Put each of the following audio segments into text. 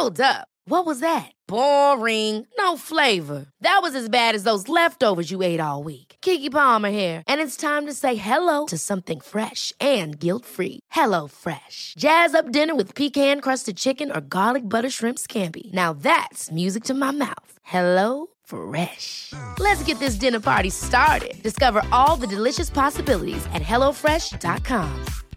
Hold up. What was that? Boring. No flavor. That was as bad as those leftovers you ate all week. Keke Palmer here. And it's time to say hello to something fresh and guilt-free. Hello Fresh. Jazz up dinner with pecan-crusted chicken or garlic butter shrimp scampi. Now that's music to my mouth. Hello Fresh. Let's get this dinner party started. Discover all the delicious possibilities at hellofresh.com.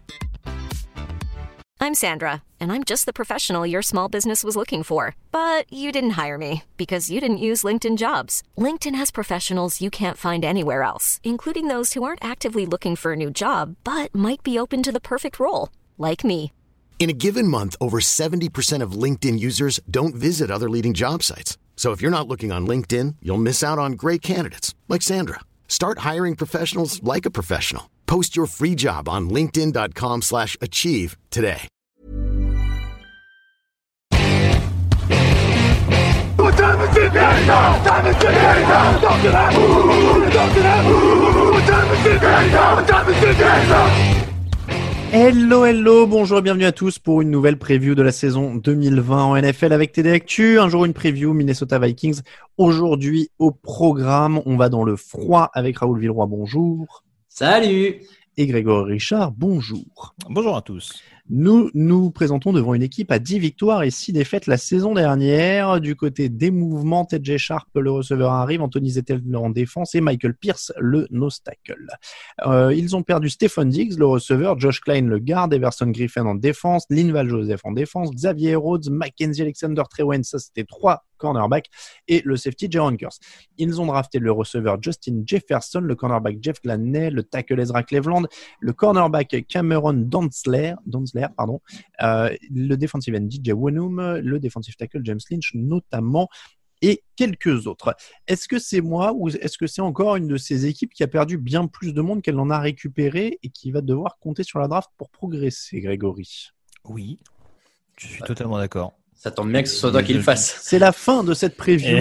I'm Sandra, and I'm just the professional your small business was looking for. But you didn't hire me because you didn't use LinkedIn Jobs. LinkedIn has professionals you can't find anywhere else, including those who aren't actively looking for a new job, but might be open to the perfect role, like me. In a given month, over 70% of LinkedIn users don't visit other leading job sites. So if you're not looking on LinkedIn, you'll miss out on great candidates, like Sandra. Start hiring professionals like a professional. Post your free job on linkedin.com/achieve today. Hello, bonjour et bienvenue à tous pour une nouvelle preview de la saison 2020 en NFL avec TD Actu. Un jour une preview Minnesota Vikings. Aujourd'hui au programme, on va dans le froid avec Raoul Villeroy, bonjour. Salut. Et Grégory Richard, bonjour. Bonjour à tous. Nous nous présentons devant une équipe à 10 victoires et 6 défaites la saison dernière. Du côté des mouvements, TJ Sharp, le receveur arrive, Anthony Zettel en défense et Michael Pierce, le nose tackle. Ils ont perdu Stephon Diggs, le receveur, Josh Klein, le garde, Everson Griffin en défense, Linval Joseph en défense, Xavier Rhodes, Mackenzie Alexander Trewen, ça c'était 3 cornerback et le safety Jaron Kearse. Ils ont drafté le receveur Justin Jefferson, le cornerback Jeff Gladney, le tackle Ezra Cleveland, le cornerback Cameron Dantzler, le defensive end DJ Wonnum, le defensive tackle James Lynch notamment et quelques autres. Est-ce que c'est moi ou est-ce que c'est encore une de ces équipes qui a perdu bien plus de monde qu'elle en a récupéré et qui va devoir compter sur la draft pour progresser, Grégory? Oui, je suis totalement d'accord. Ça tombe bien que ce soit toi qui le fasse. C'est la fin de cette preview.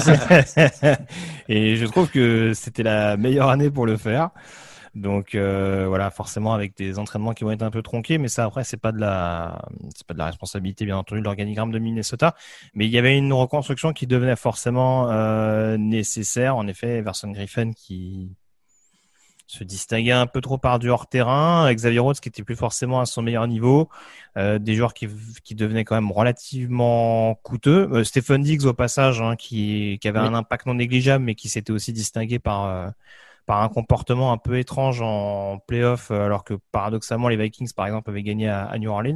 Et je trouve que c'était la meilleure année pour le faire. Donc voilà, forcément avec des entraînements qui vont être un peu tronqués, mais ça après c'est pas de la responsabilité bien entendu de l'organigramme de Minnesota. Mais il y avait une reconstruction qui devenait forcément nécessaire. En effet, Everson Griffin qui se distinguait un peu trop par du hors-terrain, Xavier Rhodes qui était plus forcément à son meilleur niveau, des joueurs qui devenaient quand même relativement coûteux. Stephon Diggs au passage, qui avait un impact non négligeable, mais qui s'était aussi distingué par un comportement un peu étrange en play-off, alors que paradoxalement les Vikings par exemple avaient gagné à New Orleans.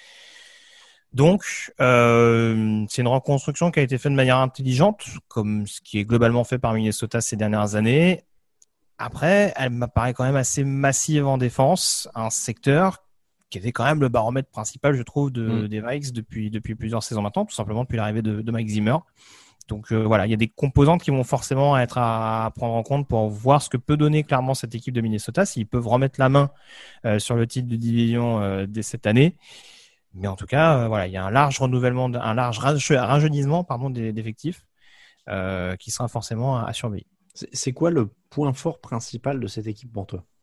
Donc c'est une reconstruction qui a été faite de manière intelligente, comme ce qui est globalement fait par Minnesota ces dernières années. Après, elle m'apparaît quand même assez massive en défense, un secteur qui était quand même le baromètre principal, je trouve, des Vikes depuis plusieurs saisons maintenant, tout simplement depuis l'arrivée de Mike Zimmer. Donc voilà, il y a des composantes qui vont forcément être à prendre en compte pour voir ce que peut donner clairement cette équipe de Minnesota, s'ils peuvent remettre la main sur le titre de division dès cette année. Mais en tout cas, voilà, il y a un large renouvellement, un large rajeunissement d'effectifs qui sera forcément à surveiller. C'est quoi le point fort principal de cette équipe pour toi?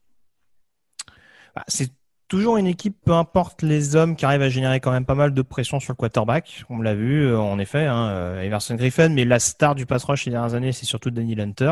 C'est toujours une équipe, peu importe les hommes, qui arrivent à générer quand même pas mal de pression sur le quarterback. On l'a vu, en effet, Everson Griffin, mais la star du pass rush ces dernières années, c'est surtout Daniel Hunter.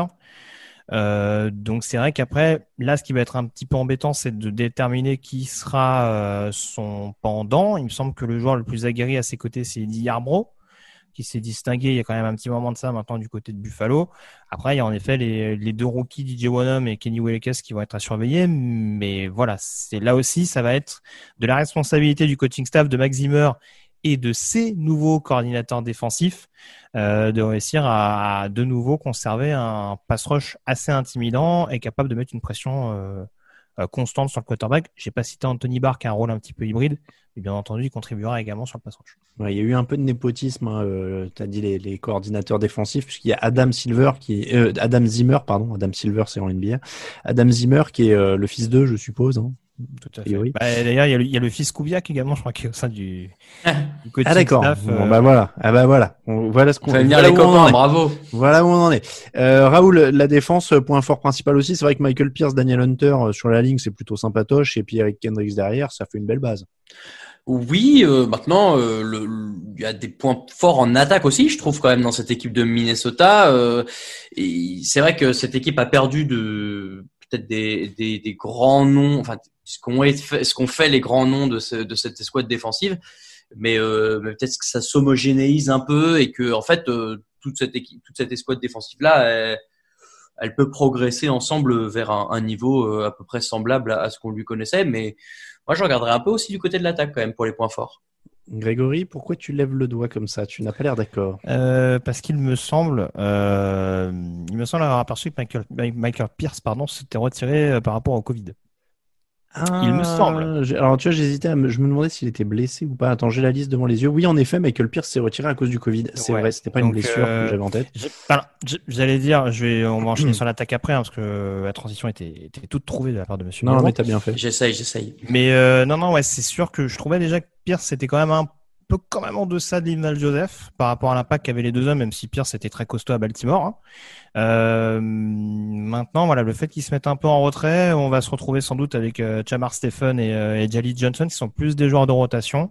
Donc c'est vrai qu'après, là, ce qui va être un petit peu embêtant, c'est de déterminer qui sera son pendant. Il me semble que le joueur le plus aguerri à ses côtés, c'est Eddie Yarbrough, qui s'est distingué il y a quand même un petit moment de ça maintenant du côté de Buffalo. Après, il y a en effet les deux rookies, DJ Wonnum et Kenny Willekes, qui vont être à surveiller. Mais voilà, c'est là aussi, ça va être de la responsabilité du coaching staff de Mike Zimmer et de ses nouveaux coordinateurs défensifs de réussir à de nouveau conserver un pass rush assez intimidant et capable de mettre une pression constante sur le quarterback. J'ai pas cité Anthony Barr qui a un rôle un petit peu hybride, mais bien entendu, il contribuera également sur le pass rush. Ouais, il y a eu un peu de népotisme, tu as dit les coordinateurs défensifs, puisqu'il y a Adam Zimmer, Adam Silver, c'est en NBA. Adam Zimmer qui est le fils d'eux, je suppose. Tout à fait. D'ailleurs, il y a le fils Kubiak également, je crois, qui est au sein du coaching d'accord. staff. Bon, voilà. Voilà ce qu'on fait venir les copains, bravo. Voilà où on en est. Raoul, la défense, point fort principal aussi. C'est vrai que Michael Pierce, Daniel Hunter sur la ligne, c'est plutôt sympatoche. Et puis Eric Kendricks derrière, ça fait une belle base. Oui, maintenant, il y a des points forts en attaque aussi, je trouve quand même dans cette équipe de Minnesota. Et c'est vrai que cette équipe a perdu peut-être des grands noms, enfin ce qu'ont fait les grands noms de cette escouade défensive, mais peut-être que ça s'homogénéise un peu et que en fait toute cette escouade défensive là, elle peut progresser ensemble vers un niveau à peu près semblable à ce qu'on lui connaissait, mais moi, je regarderai un peu aussi du côté de l'attaque quand même pour les points forts. Grégory, pourquoi tu lèves le doigt comme ça? Tu n'as pas l'air d'accord. Parce qu'il me semble avoir aperçu que Michael Pierce, s'était retiré par rapport au Covid. Il me semble. Alors, tu vois, j'hésitais je me demandais s'il était blessé ou pas. Attends, j'ai la liste devant les yeux. Oui, en effet, Michael Pierce s'est retiré à cause du Covid. C'est vrai, c'était pas une blessure que j'avais en tête. J'allais dire, on va enchaîner sur l'attaque après, parce que la transition était toute trouvée de la part de Monsieur. Non, mais t'as bien fait. J'essaye. Mais non, ouais, c'est sûr que je trouvais déjà que Pierce c'était quand même un peu en deçà de Linval Joseph par rapport à l'impact qu'avaient les deux hommes, même si Pierce était très costaud à Baltimore. Maintenant, voilà, le fait qu'ils se mettent un peu en retrait, on va se retrouver sans doute avec Jamar Stephen et Jalil Johnson, qui sont plus des joueurs de rotation.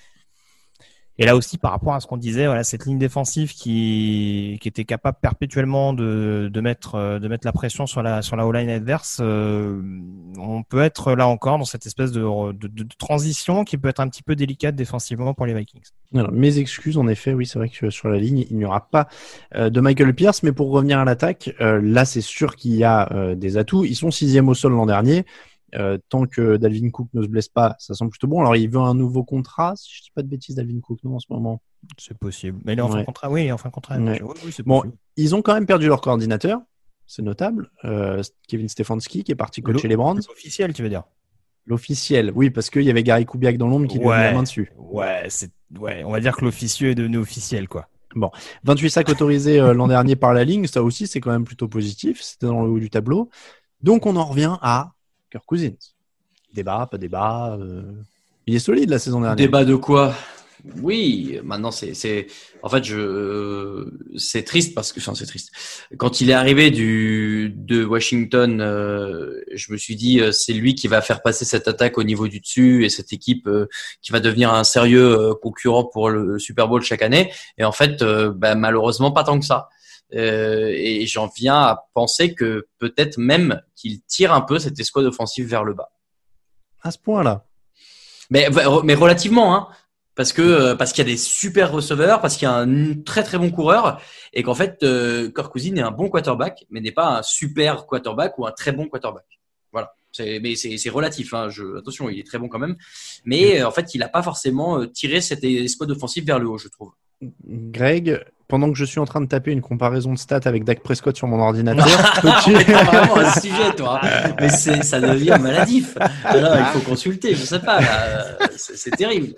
Et là aussi, par rapport à ce qu'on disait, voilà, cette ligne défensive qui était capable perpétuellement de mettre la pression sur la O-line adverse, on peut être là encore dans cette espèce de transition qui peut être un petit peu délicate défensivement pour les Vikings. Alors, mes excuses, en effet, oui, c'est vrai que sur la ligne, il n'y aura pas de Michael Pierce, mais pour revenir à l'attaque, là, c'est sûr qu'il y a des atouts. Ils sont 6e au sol l'an dernier. Tant que Dalvin Cook ne se blesse pas, ça semble plutôt bon. Alors, il veut un nouveau contrat, si je dis pas de bêtises, Dalvin Cook, non, en ce moment. C'est possible. Mais il est en fin de contrat. Oui, il est en fin de contrat. Ouais. Oui, c'est bon, possible. ils ont quand même perdu leur coordinateur. C'est notable. Kevin Stefanski, qui est parti coacher les Browns. L'officiel, tu veux dire? L'officiel, oui, parce qu'il y avait Gary Kubiak dans l'ombre qui lui a mis la main dessus. Ouais, on va dire que l'officieux est devenu officiel, quoi. Bon, 28 sacs autorisés l'an dernier par la ligne, ça aussi, c'est quand même plutôt positif. C'était dans le haut du tableau. Donc, on en revient à Kirk Cousins. Débat, pas débat. Il est solide la saison dernière. Débat de quoi? Oui, maintenant c'est en fait c'est triste parce que c'est triste. Quand il est arrivé de Washington, je me suis dit c'est lui qui va faire passer cette attaque au niveau du dessus et cette équipe qui va devenir un sérieux concurrent pour le Super Bowl chaque année. Et en fait, malheureusement pas tant que ça. Et j'en viens à penser que peut-être même qu'il tire un peu cette escouade offensive vers le bas. À ce point-là. Mais relativement, hein. Parce qu'il y a des super receveurs, parce qu'il y a un très très bon coureur, et qu'en fait, Kirk Cousins est un bon quarterback, mais n'est pas un super quarterback ou un très bon quarterback. Voilà. Mais c'est relatif, hein. Attention, il est très bon quand même. Mais en fait, il n'a pas forcément tiré cette escouade offensive vers le haut, je trouve. Greg, pendant que je suis en train de taper une comparaison de stats avec Dak Prescott sur mon ordinateur, peux-tu... T'as vraiment un sujet, toi. Mais ça devient maladif. Alors, il faut consulter, je sais pas. Là, c'est terrible.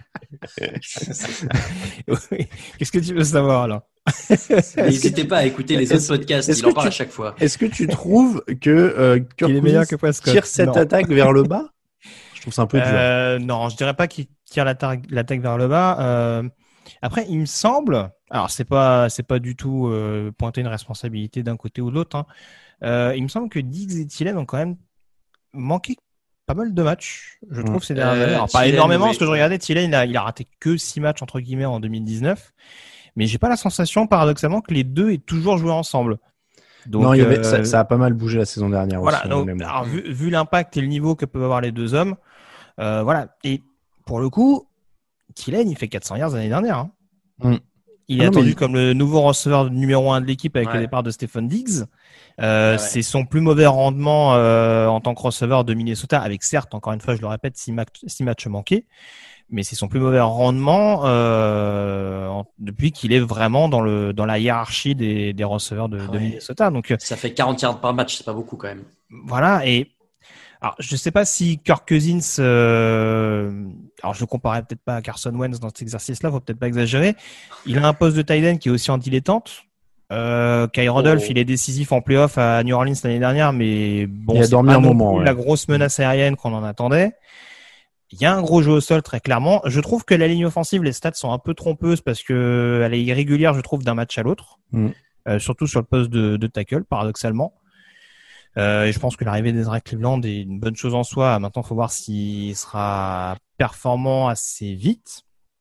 Qu'est-ce que tu veux savoir là? N'hésitez pas à écouter les autres podcasts, il en parle à chaque fois. Est-ce que tu trouves que Kirk Cousins tire cette attaque vers le bas? Je trouve ça un peu dur. Non, je dirais pas qu'il tire l'attaque vers le bas. Après, il me semble, alors c'est pas du tout pointer une responsabilité d'un côté ou de l'autre, hein. Il me semble que Diggs et Thielen ont quand même manqué pas mal de matchs, je trouve, ces dernières années. Alors, pas énormément, parce que je regardais, Thielen, il a raté que 6 matchs, entre guillemets, en 2019. Mais j'ai pas la sensation, paradoxalement, que les deux aient toujours joué ensemble. Donc, non, ça a pas mal bougé la saison dernière voilà, aussi. Donc, alors, vu l'impact et le niveau que peuvent avoir les deux hommes, voilà. Et pour le coup, Thielen, il fait 400 yards l'année dernière. Hein. Il est attendu comme le nouveau receveur numéro 1 de l'équipe avec le départ de Stephen Diggs. C'est son plus mauvais rendement en tant que receveur de Minnesota, avec certes, encore une fois, je le répète, 6 matchs manqués. Mais c'est son plus mauvais rendement depuis qu'il est vraiment dans la hiérarchie des receveurs de Minnesota. Donc ça fait 40 yards par match, c'est pas beaucoup quand même. Voilà. Et alors je sais pas si Kirk Cousins, alors je le comparais peut-être pas à Carson Wentz dans cet exercice-là, faut peut-être pas exagérer. Il a un poste de tight end qui est aussi en dilettante. Kyle Rudolph, il est décisif en playoff à New Orleans l'année dernière, mais bon, il a dormi un moment. La grosse menace aérienne qu'on en attendait. Il y a un gros jeu au sol, très clairement. Je trouve que la ligne offensive, les stats sont un peu trompeuses parce que elle est irrégulière, je trouve, d'un match à l'autre. Surtout sur le poste de tackle, paradoxalement. Et je pense que l'arrivée d'Ezra Cleveland est une bonne chose en soi. Maintenant, il faut voir s'il sera performant assez vite.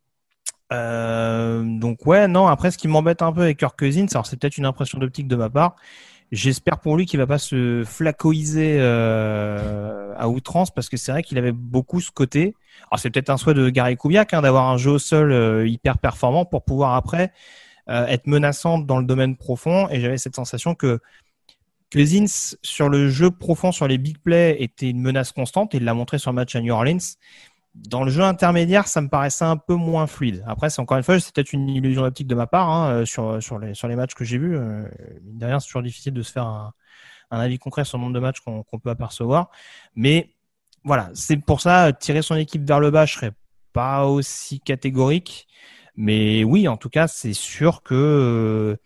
Donc ouais, non. Après, ce qui m'embête un peu avec Kirk Cousins, alors c'est peut-être une impression d'optique de ma part. J'espère pour lui qu'il va pas se flacoiser à outrance, parce que c'est vrai qu'il avait beaucoup ce côté. Alors c'est peut-être un souhait de Gary Kubiak d'avoir un jeu au sol hyper performant pour pouvoir après être menaçant dans le domaine profond. Et j'avais cette sensation que Cousins sur le jeu profond, sur les big plays, était une menace constante. Il l'a montré sur le match à New Orleans. Dans le jeu intermédiaire, ça me paraissait un peu moins fluide. Après, c'est encore une fois, c'est peut-être une illusion d'optique de ma part sur les matchs que j'ai vus. Derrière, c'est toujours difficile de se faire un avis concret sur le nombre de matchs qu'on peut apercevoir. Mais voilà, c'est pour ça, tirer son équipe vers le bas, je serais pas aussi catégorique. Mais oui, en tout cas, c'est sûr que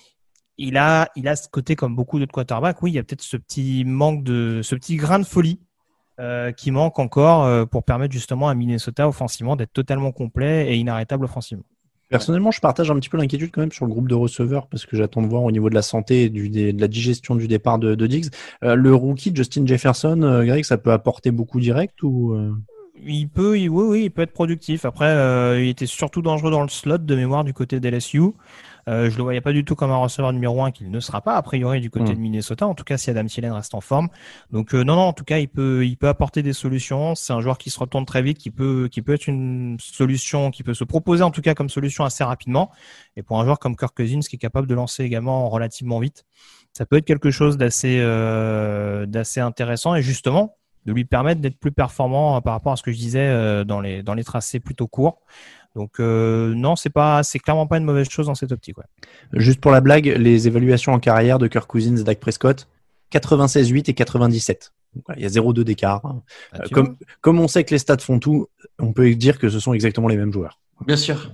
il a ce côté, comme beaucoup d'autres quarterbacks. Oui, il y a peut-être ce petit grain de folie qui manque encore pour permettre justement à Minnesota offensivement d'être totalement complet et inarrêtable offensivement. Personnellement, je partage un petit peu l'inquiétude quand même sur le groupe de receveurs, parce que j'attends de voir au niveau de la santé et de la digestion du départ de Diggs. Le rookie Justin Jefferson, Greg, ça peut apporter beaucoup direct ou il peut être productif. Après, il était surtout dangereux dans le slot de mémoire du côté de LSU. Je le voyais pas du tout comme un receveur numéro 1, qu'il ne sera pas a priori du côté de Minnesota, en tout cas si Adam Thielen reste en forme. Donc non, en tout cas il peut apporter des solutions. C'est un joueur qui se retourne très vite, qui peut être une solution, qui peut se proposer en tout cas comme solution assez rapidement. Et pour un joueur comme Kirk Cousins qui est capable de lancer également relativement vite, ça peut être quelque chose d'assez intéressant, et justement de lui permettre d'être plus performant par rapport à ce que je disais dans les tracés plutôt courts. Donc non, c'est clairement pas une mauvaise chose dans cette optique. Ouais. Juste pour la blague, les évaluations en carrière de Kirk Cousins et Dak Prescott, 96,8 et 97. Donc, voilà, il y a 0,2 d'écart. Comme on sait que les stats font tout, on peut dire que ce sont exactement les mêmes joueurs. Bien sûr.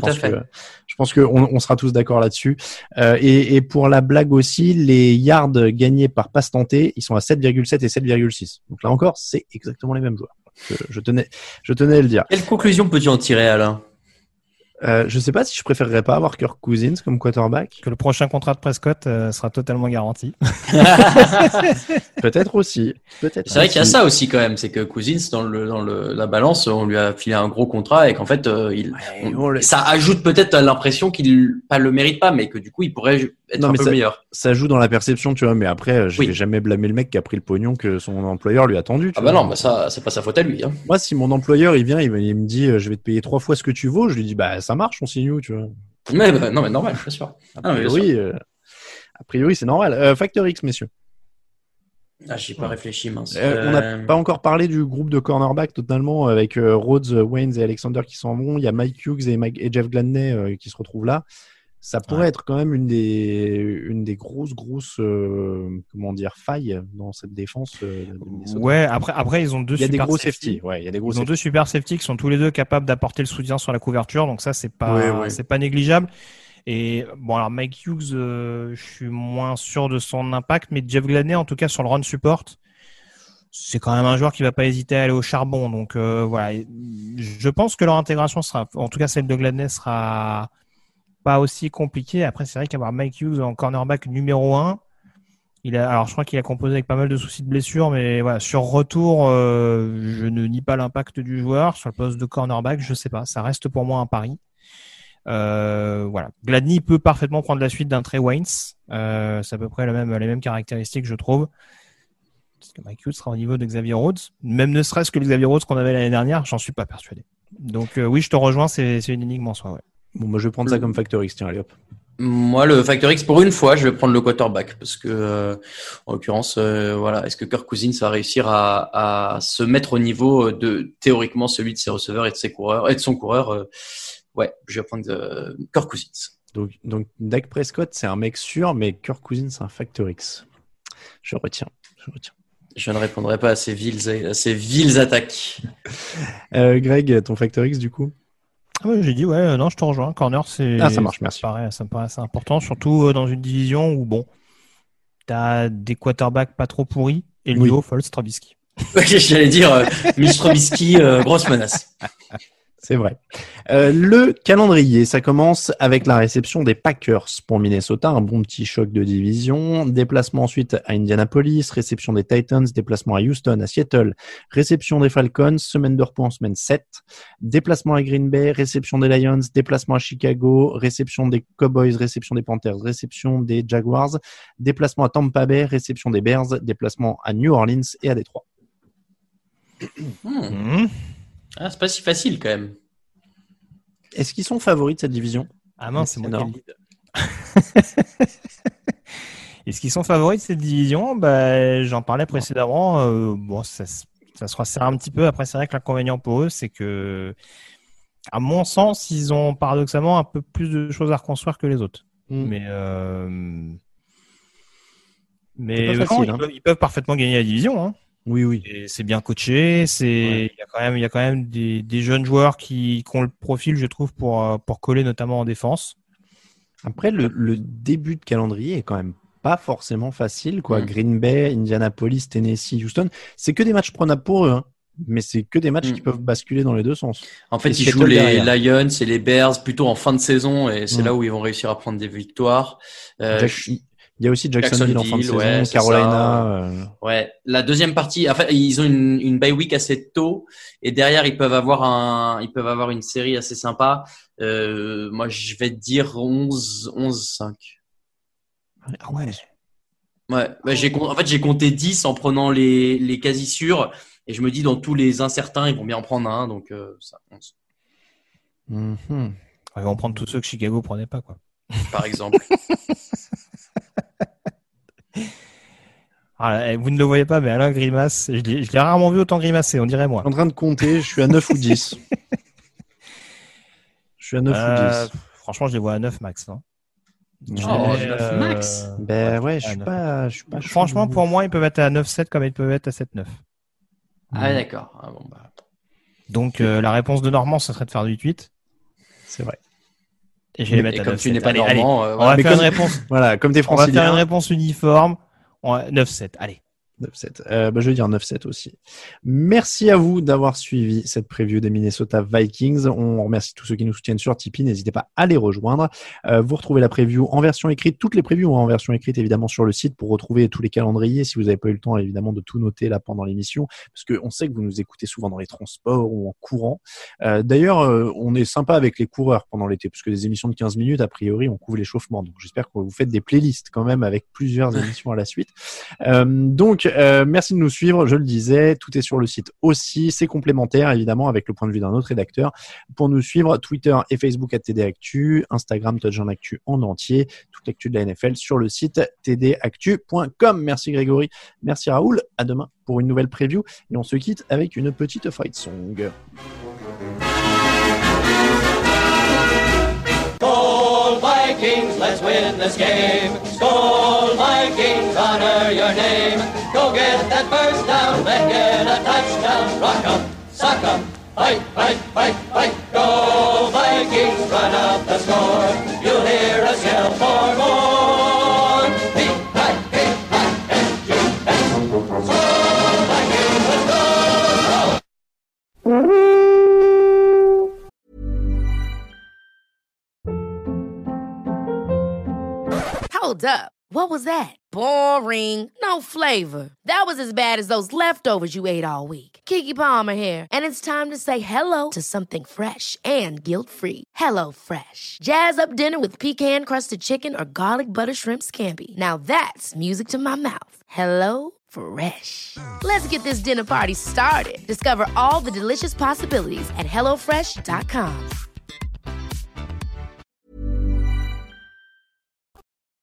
Je pense qu'on sera tous d'accord là-dessus. Et pour la blague aussi, les yards gagnés par passe tentée, ils sont à 7,7 et 7,6. Donc là encore, c'est exactement les mêmes joueurs. Je tenais à le dire. Quelle conclusion peux-tu en tirer, Alain ? Je sais pas si je préférerais pas avoir Kirk Cousins comme quarterback. Que le prochain contrat de Prescott sera totalement garanti. Peut-être aussi. C'est vrai qu'il y a ça aussi quand même, c'est que Cousins dans la balance, on lui a filé un gros contrat et qu'en fait, ça ajoute peut-être à l'impression qu'il pas le mérite pas, mais que du coup il pourrait être un peu meilleur. Ça joue dans la perception, tu vois. Mais après, je vais jamais blâmer le mec qui a pris le pognon que son employeur lui a tendu. Non, ça c'est pas sa faute à lui. Hein. Moi, si mon employeur il vient, il me dit, je vais te payer 3 fois ce que tu vaux, je lui dis, ça marche, on signe où, tu vois. Mais normal, bien sûr. A priori, c'est normal. Factor X, messieurs. J'ai pas réfléchi, mince. On n'a pas encore parlé du groupe de cornerback totalement, avec Rhodes, Waynes et Alexander qui s'en vont. Il y a Mike Hughes et Jeff Gladney qui se retrouvent là. Ça pourrait être quand même une des grosses failles dans cette défense. Ouais, après ils ont deux. Il y a des gros safety. Ouais, il y a des gros. Ils ont deux super safety qui sont tous les deux capables d'apporter le soutien sur la couverture, donc ça c'est pas négligeable. Et bon, alors Mike Hughes, je suis moins sûr de son impact, mais Jeff Gladney en tout cas sur le run support, c'est quand même un joueur qui va pas hésiter à aller au charbon. Donc voilà, je pense que leur intégration sera, en tout cas celle de Gladney, sera pas aussi compliqué. Après, c'est vrai qu'avoir Mike Hughes en cornerback numéro 1, alors je crois qu'il a composé avec pas mal de soucis de blessure, mais voilà, sur retour, je ne nie pas l'impact du joueur. Sur le poste de cornerback, je sais pas, ça reste pour moi un pari. Voilà. Gladney peut parfaitement prendre la suite d'un Trey Waynes. C'est à peu près les mêmes caractéristiques, je trouve. Parce que Mike Hughes sera au niveau de Xavier Rhodes. Même ne serait-ce que le Xavier Rhodes qu'on avait l'année dernière, j'en suis pas persuadé. Donc oui, je te rejoins, c'est une énigme en soi, ouais. Bon, moi je vais prendre ça comme Factor X, tiens, allez hop. Moi, le Factor X, pour une fois, je vais prendre le quarterback parce que, en l'occurrence, est-ce que Kirk Cousins va réussir à se mettre au niveau de théoriquement celui de ses receveurs et de ses coureurs et de son coureur. Ouais, je vais prendre Kirk Cousins. Donc Dak Prescott, c'est un mec sûr, mais Kirk Cousins, c'est un Factor X. Je retiens. Je ne répondrai pas à ces viles attaques. Greg, ton Factor X du coup? Ouais, j'ai dit non, je te rejoins. Corner, ça marche, merci. Ça me paraît assez important, surtout dans une division où t'as des quarterbacks pas trop pourris et le niveau Foles, Trubisky. J'allais dire Mitch Trubisky, grosse menace. C'est vrai. Le calendrier, ça commence avec la réception des Packers pour Minnesota, un bon petit choc de division. Déplacement ensuite à Indianapolis, réception des Titans, déplacement à Houston, à Seattle, réception des Falcons, semaine de repos en semaine 7, déplacement à Green Bay, réception des Lions, déplacement à Chicago, réception des Cowboys, réception des Panthers, réception des Jaguars, déplacement à Tampa Bay, réception des Bears, déplacement à New Orleans et à Détroit. Ah, c'est pas si facile quand même. Est-ce qu'ils sont favoris de cette division? Ah mince, c'est moi qui ai le lead. Est-ce qu'ils sont favoris de cette division? J'en parlais précédemment. Bon, ça se resserre un petit peu. Après, c'est vrai que l'inconvénient pour eux, c'est que, à mon sens, ils ont paradoxalement un peu plus de choses à reconstruire que les autres. Mais pas facile, ils peuvent parfaitement gagner la division. Hein. Oui. Et c'est bien coaché. Il y a quand même des jeunes joueurs qui ont le profil, je trouve, pour coller notamment en défense. Après, le début de calendrier est quand même pas forcément facile, quoi. Green Bay, Indianapolis, Tennessee, Houston, c'est que des matchs prenables pour eux, hein. Mais c'est que des matchs qui peuvent basculer dans les deux sens. En fait, ils jouent les Lions et les Bears plutôt en fin de saison et c'est là où ils vont réussir à prendre des victoires. Il y a aussi Jacksonville en fin de saison, Carolina. Ouais, la deuxième partie. En fait, ils ont une bye week assez tôt et derrière ils peuvent avoir une série assez sympa. Moi, je vais te dire 11-5. Ah ouais. Ouais. J'ai compté 10 en prenant les quasi sûrs et je me dis dans tous les incertains ils vont bien en prendre un, donc ça 11. Ils vont prendre tous ceux que Chicago prenait pas, quoi. Par exemple. Vous ne le voyez pas, mais Alain grimace. Je l'ai rarement vu autant grimacer, on dirait moi. En train de compter, je suis à 9 ou 10. Je suis à 9 ou 10. Franchement, je les vois à 9 max. Hein. 9 max. Ouais, je suis pas franchement, pour moi, ils peuvent être à 9-7 comme ils peuvent être à 7-9. Ah, d'accord. Ah, bon, Donc, la réponse de Normand, ce serait de faire du 8. C'est vrai. Et je vais les mettre à 9-7. Comme tu n'es pas Normand, on va faire une réponse. Voilà, comme des Franciliens. On va faire une réponse uniforme. 9-7, allez. 9-7. Je vais dire 9-7 aussi. Merci à vous d'avoir suivi cette preview des Minnesota Vikings. On remercie tous ceux qui nous soutiennent sur Tipeee. N'hésitez pas à les rejoindre. Vous retrouvez la preview en version écrite. Toutes les previews en version écrite, évidemment, sur le site pour retrouver tous les calendriers. Si vous n'avez pas eu le temps, évidemment, de tout noter là pendant l'émission, parce qu'on sait que vous nous écoutez souvent dans les transports ou en courant. D'ailleurs, on est sympa avec les coureurs pendant l'été, parce que des émissions de 15 minutes, a priori, on couvre l'échauffement. Donc, j'espère que vous faites des playlists quand même avec plusieurs émissions à la suite. Merci de nous suivre. Je le disais, tout est sur le site aussi. C'est complémentaire, évidemment, avec le point de vue d'un autre rédacteur. Pour nous suivre, Twitter et Facebook @TDActu, Instagram Touchdown Actu en entier. Toute l'actu de la NFL sur le site tdactu.com. Merci Grégory. Merci Raoul. À demain pour une nouvelle preview. Et on se quitte avec une petite fight song. Skol Vikings, let's win this game. Skol Vikings, honor your name. Go get that first down, then get a touchdown. Rock 'em, sock 'em, fight, fight, fight, fight. Go Vikings, run up the score. You'll hear us yell for more. V-I-K-I-N-G-S. Skol Vikings, let's go. Hold up. What was that? Boring. No flavor. That was as bad as those leftovers you ate all week. Keke Palmer here, and it's time to say hello to something fresh and guilt-free. Hello Fresh. Jazz up dinner with pecan-crusted chicken or garlic butter shrimp scampi. Now that's music to my mouth. Hello Fresh. Let's get this dinner party started. Discover all the delicious possibilities at HelloFresh.com.